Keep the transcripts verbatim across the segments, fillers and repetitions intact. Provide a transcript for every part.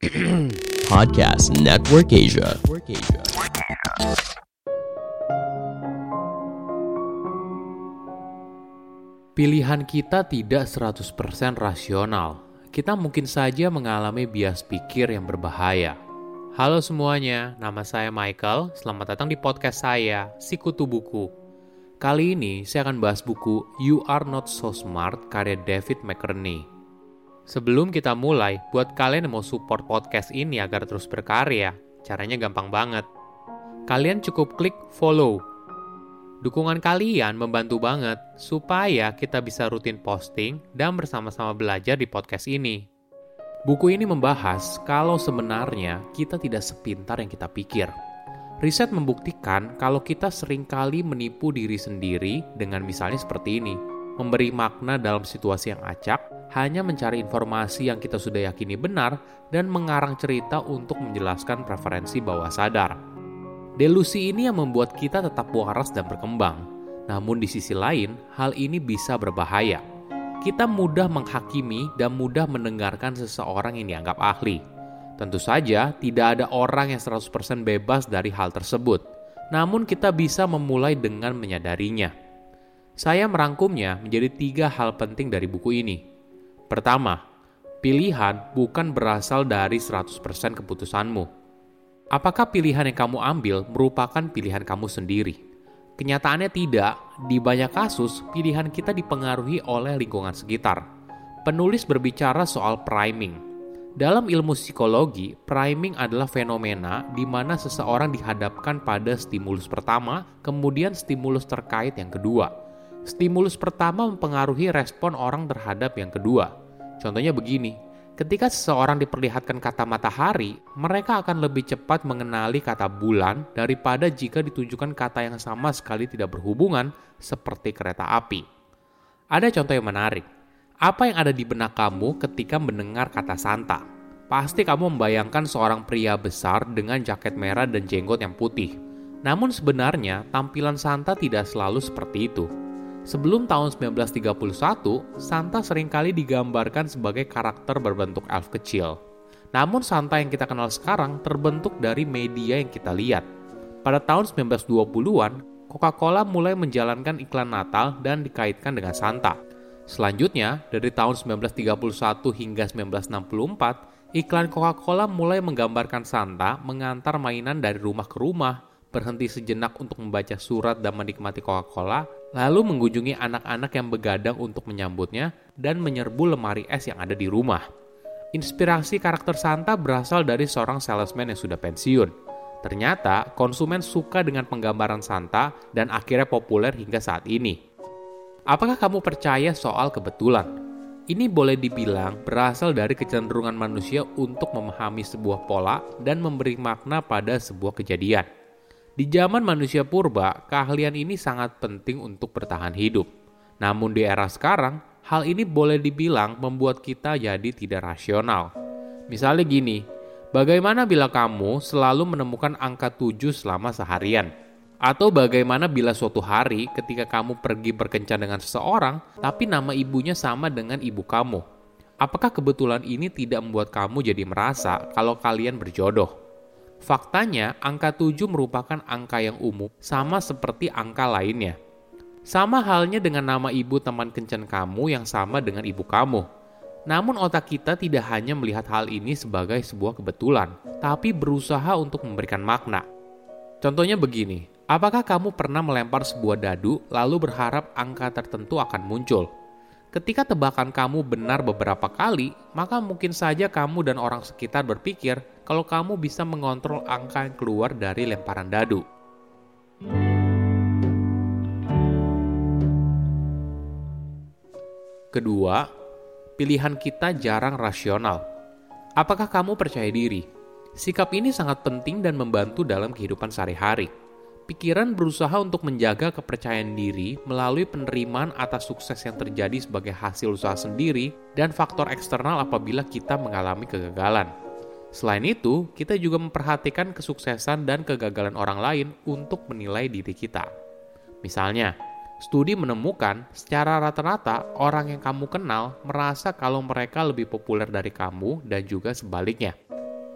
Podcast Network Asia. Pilihan kita tidak seratus persen rasional. Kita mungkin saja mengalami bias pikir yang berbahaya. Halo semuanya, nama saya Michael. Selamat datang di podcast saya, Sikutu Buku. Kali ini saya akan bahas buku You Are Not So Smart karya David McCurney. Sebelum kita mulai, buat kalian yang mau support podcast ini agar terus berkarya, caranya gampang banget. Kalian cukup klik follow. Dukungan kalian membantu banget supaya kita bisa rutin posting dan bersama-sama belajar di podcast ini. Buku ini membahas kalau sebenarnya kita tidak sepintar yang kita pikir. Riset membuktikan kalau kita seringkali menipu diri sendiri dengan misalnya seperti ini, memberi makna dalam situasi yang acak, hanya mencari informasi yang kita sudah yakini benar, dan mengarang cerita untuk menjelaskan preferensi bawah sadar. Delusi ini yang membuat kita tetap waras dan berkembang. Namun di sisi lain, hal ini bisa berbahaya. Kita mudah menghakimi dan mudah mendengarkan seseorang yang dianggap ahli. Tentu saja, tidak ada orang yang seratus persen bebas dari hal tersebut. Namun kita bisa memulai dengan menyadarinya. Saya merangkumnya menjadi tiga hal penting dari buku ini. Pertama, pilihan bukan berasal dari seratus persen keputusanmu. Apakah pilihan yang kamu ambil merupakan pilihan kamu sendiri? Kenyataannya tidak. Di banyak kasus, pilihan kita dipengaruhi oleh lingkungan sekitar. Penulis berbicara soal priming. Dalam ilmu psikologi, priming adalah fenomena di mana seseorang dihadapkan pada stimulus pertama, kemudian stimulus terkait yang kedua. Stimulus pertama mempengaruhi respon orang terhadap yang kedua. Contohnya begini, ketika seseorang diperlihatkan kata matahari, mereka akan lebih cepat mengenali kata bulan daripada jika ditunjukkan kata yang sama sekali tidak berhubungan seperti kereta api. Ada contoh yang menarik. Apa yang ada di benak kamu ketika mendengar kata Santa? Pasti kamu membayangkan seorang pria besar dengan jaket merah dan jenggot yang putih. Namun sebenarnya tampilan Santa tidak selalu seperti itu. Sebelum tahun sembilan belas tiga puluh satu, Santa seringkali digambarkan sebagai karakter berbentuk elf kecil. Namun Santa yang kita kenal sekarang terbentuk dari media yang kita lihat. Pada tahun sembilan belas dua puluhan, Coca-Cola mulai menjalankan iklan Natal dan dikaitkan dengan Santa. Selanjutnya, dari tahun sembilan belas tiga puluh satu hingga sembilan belas enam puluh empat, iklan Coca-Cola mulai menggambarkan Santa mengantar mainan dari rumah ke rumah, berhenti sejenak untuk membaca surat dan menikmati Coca-Cola, lalu mengunjungi anak-anak yang begadang untuk menyambutnya, dan menyerbu lemari es yang ada di rumah. Inspirasi karakter Santa berasal dari seorang salesman yang sudah pensiun. Ternyata, konsumen suka dengan penggambaran Santa dan akhirnya populer hingga saat ini. Apakah kamu percaya soal kebetulan? Ini boleh dibilang berasal dari kecenderungan manusia untuk memahami sebuah pola dan memberi makna pada sebuah kejadian. Di zaman manusia purba, keahlian ini sangat penting untuk bertahan hidup. Namun di era sekarang, hal ini boleh dibilang membuat kita jadi tidak rasional. Misalnya gini, bagaimana bila kamu selalu menemukan angka tujuh selama seharian? Atau bagaimana bila suatu hari ketika kamu pergi berkencan dengan seseorang, tapi nama ibunya sama dengan ibu kamu? Apakah kebetulan ini tidak membuat kamu jadi merasa kalau kalian berjodoh? Faktanya, angka tujuh merupakan angka yang umum, sama seperti angka lainnya. Sama halnya dengan nama ibu teman kencan kamu yang sama dengan ibu kamu. Namun otak kita tidak hanya melihat hal ini sebagai sebuah kebetulan, tapi berusaha untuk memberikan makna. Contohnya begini, apakah kamu pernah melempar sebuah dadu lalu berharap angka tertentu akan muncul? Ketika tebakan kamu benar beberapa kali, maka mungkin saja kamu dan orang sekitar berpikir kalau kamu bisa mengontrol angka yang keluar dari lemparan dadu. Kedua, pilihan kita jarang rasional. Apakah kamu percaya diri? Sikap ini sangat penting dan membantu dalam kehidupan sehari-hari. Pikiran berusaha untuk menjaga kepercayaan diri melalui penerimaan atas sukses yang terjadi sebagai hasil usaha sendiri dan faktor eksternal apabila kita mengalami kegagalan. Selain itu, kita juga memperhatikan kesuksesan dan kegagalan orang lain untuk menilai diri kita. Misalnya, studi menemukan secara rata-rata orang yang kamu kenal merasa kalau mereka lebih populer dari kamu dan juga sebaliknya.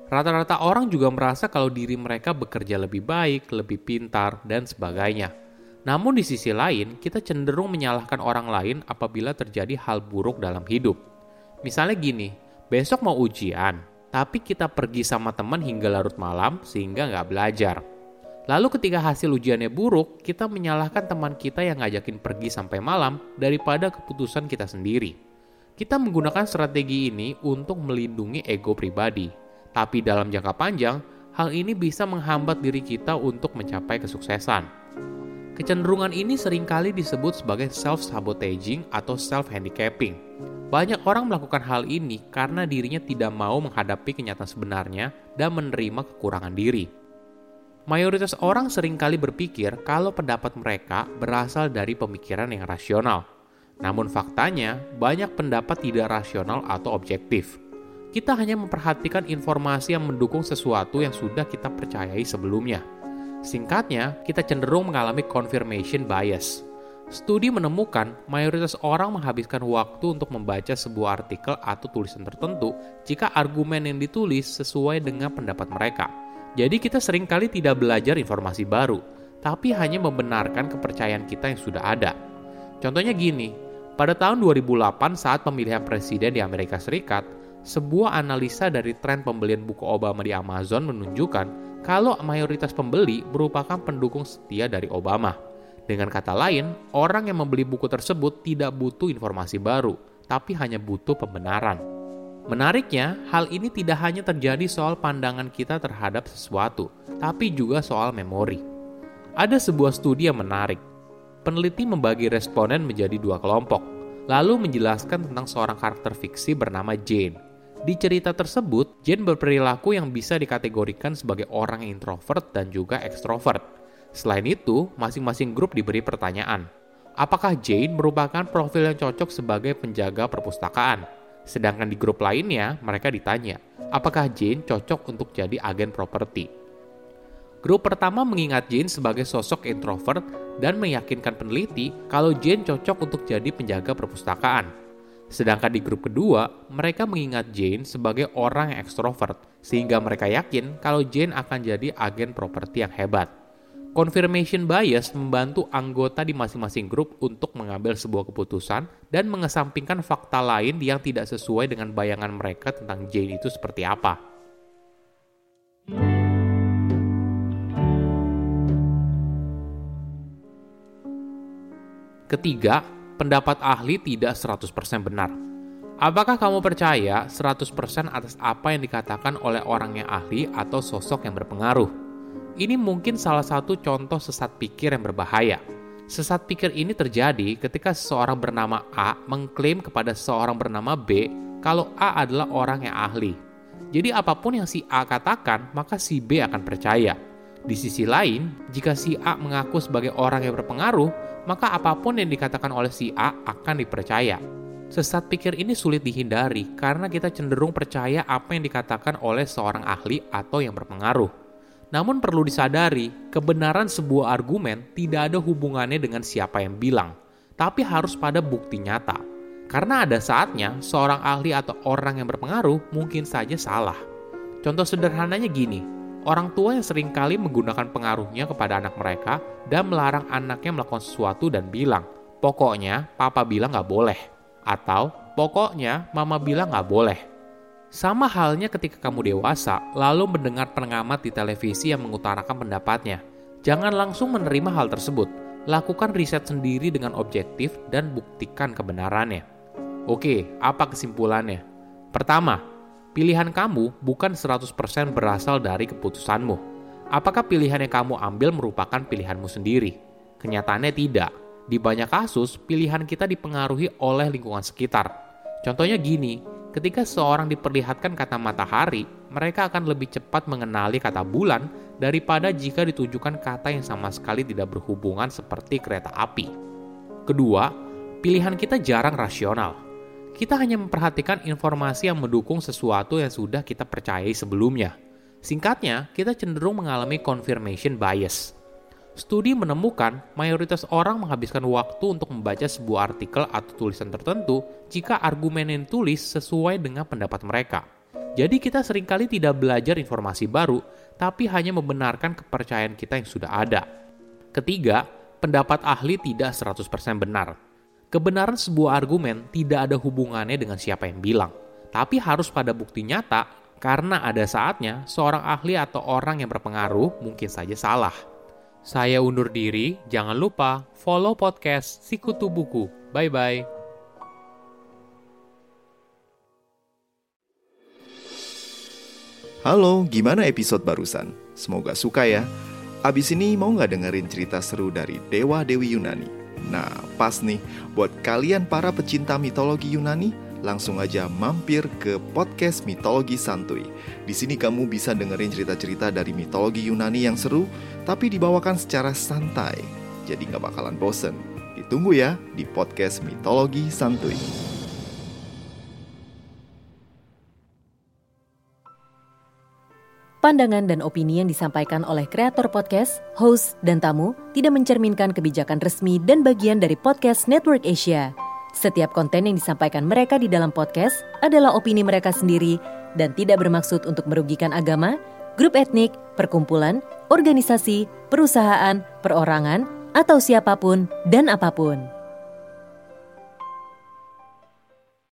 Rata-rata orang juga merasa kalau diri mereka bekerja lebih baik, lebih pintar, dan sebagainya. Namun di sisi lain, kita cenderung menyalahkan orang lain apabila terjadi hal buruk dalam hidup. Misalnya gini, besok mau ujian, tapi kita pergi sama teman hingga larut malam sehingga nggak belajar. Lalu ketika hasil ujiannya buruk, kita menyalahkan teman kita yang ngajakin pergi sampai malam daripada keputusan kita sendiri. Kita menggunakan strategi ini untuk melindungi ego pribadi. Tapi dalam jangka panjang, hal ini bisa menghambat diri kita untuk mencapai kesuksesan. Kecenderungan ini seringkali disebut sebagai self-sabotaging atau self-handicapping. Banyak orang melakukan hal ini karena dirinya tidak mau menghadapi kenyataan sebenarnya dan menerima kekurangan diri. Mayoritas orang seringkali berpikir kalau pendapat mereka berasal dari pemikiran yang rasional. Namun faktanya, banyak pendapat tidak rasional atau objektif. Kita hanya memperhatikan informasi yang mendukung sesuatu yang sudah kita percayai sebelumnya. Singkatnya, kita cenderung mengalami confirmation bias. Studi menemukan mayoritas orang menghabiskan waktu untuk membaca sebuah artikel atau tulisan tertentu jika argumen yang ditulis sesuai dengan pendapat mereka. Jadi kita seringkali tidak belajar informasi baru, tapi hanya membenarkan kepercayaan kita yang sudah ada. Contohnya gini, pada tahun dua ribu delapan saat pemilihan presiden di Amerika Serikat, sebuah analisa dari tren pembelian buku Obama di Amazon menunjukkan kalau mayoritas pembeli merupakan pendukung setia dari Obama. Dengan kata lain, orang yang membeli buku tersebut tidak butuh informasi baru, tapi hanya butuh pembenaran. Menariknya, hal ini tidak hanya terjadi soal pandangan kita terhadap sesuatu, tapi juga soal memori. Ada sebuah studi yang menarik. Peneliti membagi responden menjadi dua kelompok, lalu menjelaskan tentang seorang karakter fiksi bernama Jane. Di cerita tersebut, Jane berperilaku yang bisa dikategorikan sebagai orang yang introvert dan juga ekstrovert. Selain itu, masing-masing grup diberi pertanyaan. Apakah Jane merupakan profil yang cocok sebagai penjaga perpustakaan? Sedangkan di grup lainnya, mereka ditanya, apakah Jane cocok untuk jadi agen properti? Grup pertama mengingat Jane sebagai sosok introvert dan meyakinkan peneliti kalau Jane cocok untuk jadi penjaga perpustakaan. Sedangkan di grup kedua, mereka mengingat Jane sebagai orang yang ekstrovert, sehingga mereka yakin kalau Jane akan jadi agen properti yang hebat. Confirmation bias membantu anggota di masing-masing grup untuk mengambil sebuah keputusan dan mengesampingkan fakta lain yang tidak sesuai dengan bayangan mereka tentang Jane itu seperti apa. Ketiga, pendapat ahli tidak seratus persen benar. Apakah kamu percaya seratus persen atas apa yang dikatakan oleh orang yang ahli atau sosok yang berpengaruh? Ini mungkin salah satu contoh sesat pikir yang berbahaya. Sesat pikir ini terjadi ketika seseorang bernama A mengklaim kepada seseorang bernama B kalau A adalah orang yang ahli. Jadi apapun yang si A katakan, maka si B akan percaya. Di sisi lain, jika si A mengaku sebagai orang yang berpengaruh, maka apapun yang dikatakan oleh si A akan dipercaya. Sesat pikir ini sulit dihindari karena kita cenderung percaya apa yang dikatakan oleh seorang ahli atau yang berpengaruh. Namun perlu disadari, kebenaran sebuah argumen tidak ada hubungannya dengan siapa yang bilang, tapi harus pada bukti nyata. Karena ada saatnya seorang ahli atau orang yang berpengaruh mungkin saja salah. Contoh sederhananya gini, orang tua yang seringkali menggunakan pengaruhnya kepada anak mereka dan melarang anaknya melakukan sesuatu dan bilang, pokoknya papa bilang gak boleh, atau pokoknya mama bilang gak boleh. Sama halnya ketika kamu dewasa, lalu mendengar pengamat di televisi yang mengutarakan pendapatnya. Jangan langsung menerima hal tersebut. Lakukan riset sendiri dengan objektif dan buktikan kebenarannya. Oke, apa kesimpulannya? Pertama, pilihan kamu bukan seratus persen berasal dari keputusanmu. Apakah pilihan yang kamu ambil merupakan pilihanmu sendiri? Kenyataannya tidak. Di banyak kasus, pilihan kita dipengaruhi oleh lingkungan sekitar. Contohnya gini, ketika seseorang diperlihatkan kata matahari, mereka akan lebih cepat mengenali kata bulan daripada jika ditujukan kata yang sama sekali tidak berhubungan seperti kereta api. Kedua, pilihan kita jarang rasional. Kita hanya memperhatikan informasi yang mendukung sesuatu yang sudah kita percayai sebelumnya. Singkatnya, kita cenderung mengalami confirmation bias. Studi menemukan mayoritas orang menghabiskan waktu untuk membaca sebuah artikel atau tulisan tertentu jika argumen yang ditulis sesuai dengan pendapat mereka. Jadi kita seringkali tidak belajar informasi baru, tapi hanya membenarkan kepercayaan kita yang sudah ada. Ketiga, pendapat ahli tidak seratus persen benar. Kebenaran sebuah argumen tidak ada hubungannya dengan siapa yang bilang, tapi harus pada bukti nyata karena ada saatnya seorang ahli atau orang yang berpengaruh mungkin saja salah. Saya undur diri, jangan lupa follow podcast Sikutu Buku. Bye-bye. Halo, gimana episode barusan? Semoga suka ya. Abis ini mau nggak dengerin cerita seru dari Dewa-Dewi Yunani? Nah, pas nih, buat kalian para pecinta mitologi Yunani, langsung aja mampir ke podcast Mitologi Santuy. Di sini kamu bisa dengerin cerita-cerita dari mitologi Yunani yang seru, tapi dibawakan secara santai. Jadi nggak bakalan bosen. Ditunggu ya di podcast Mitologi Santuy. Pandangan dan opini yang disampaikan oleh kreator podcast, host, dan tamu tidak mencerminkan kebijakan resmi dan bagian dari podcast Network Asia. Setiap konten yang disampaikan mereka di dalam podcast adalah opini mereka sendiri dan tidak bermaksud untuk merugikan agama, grup etnik, perkumpulan, organisasi, perusahaan, perorangan, atau siapapun dan apapun.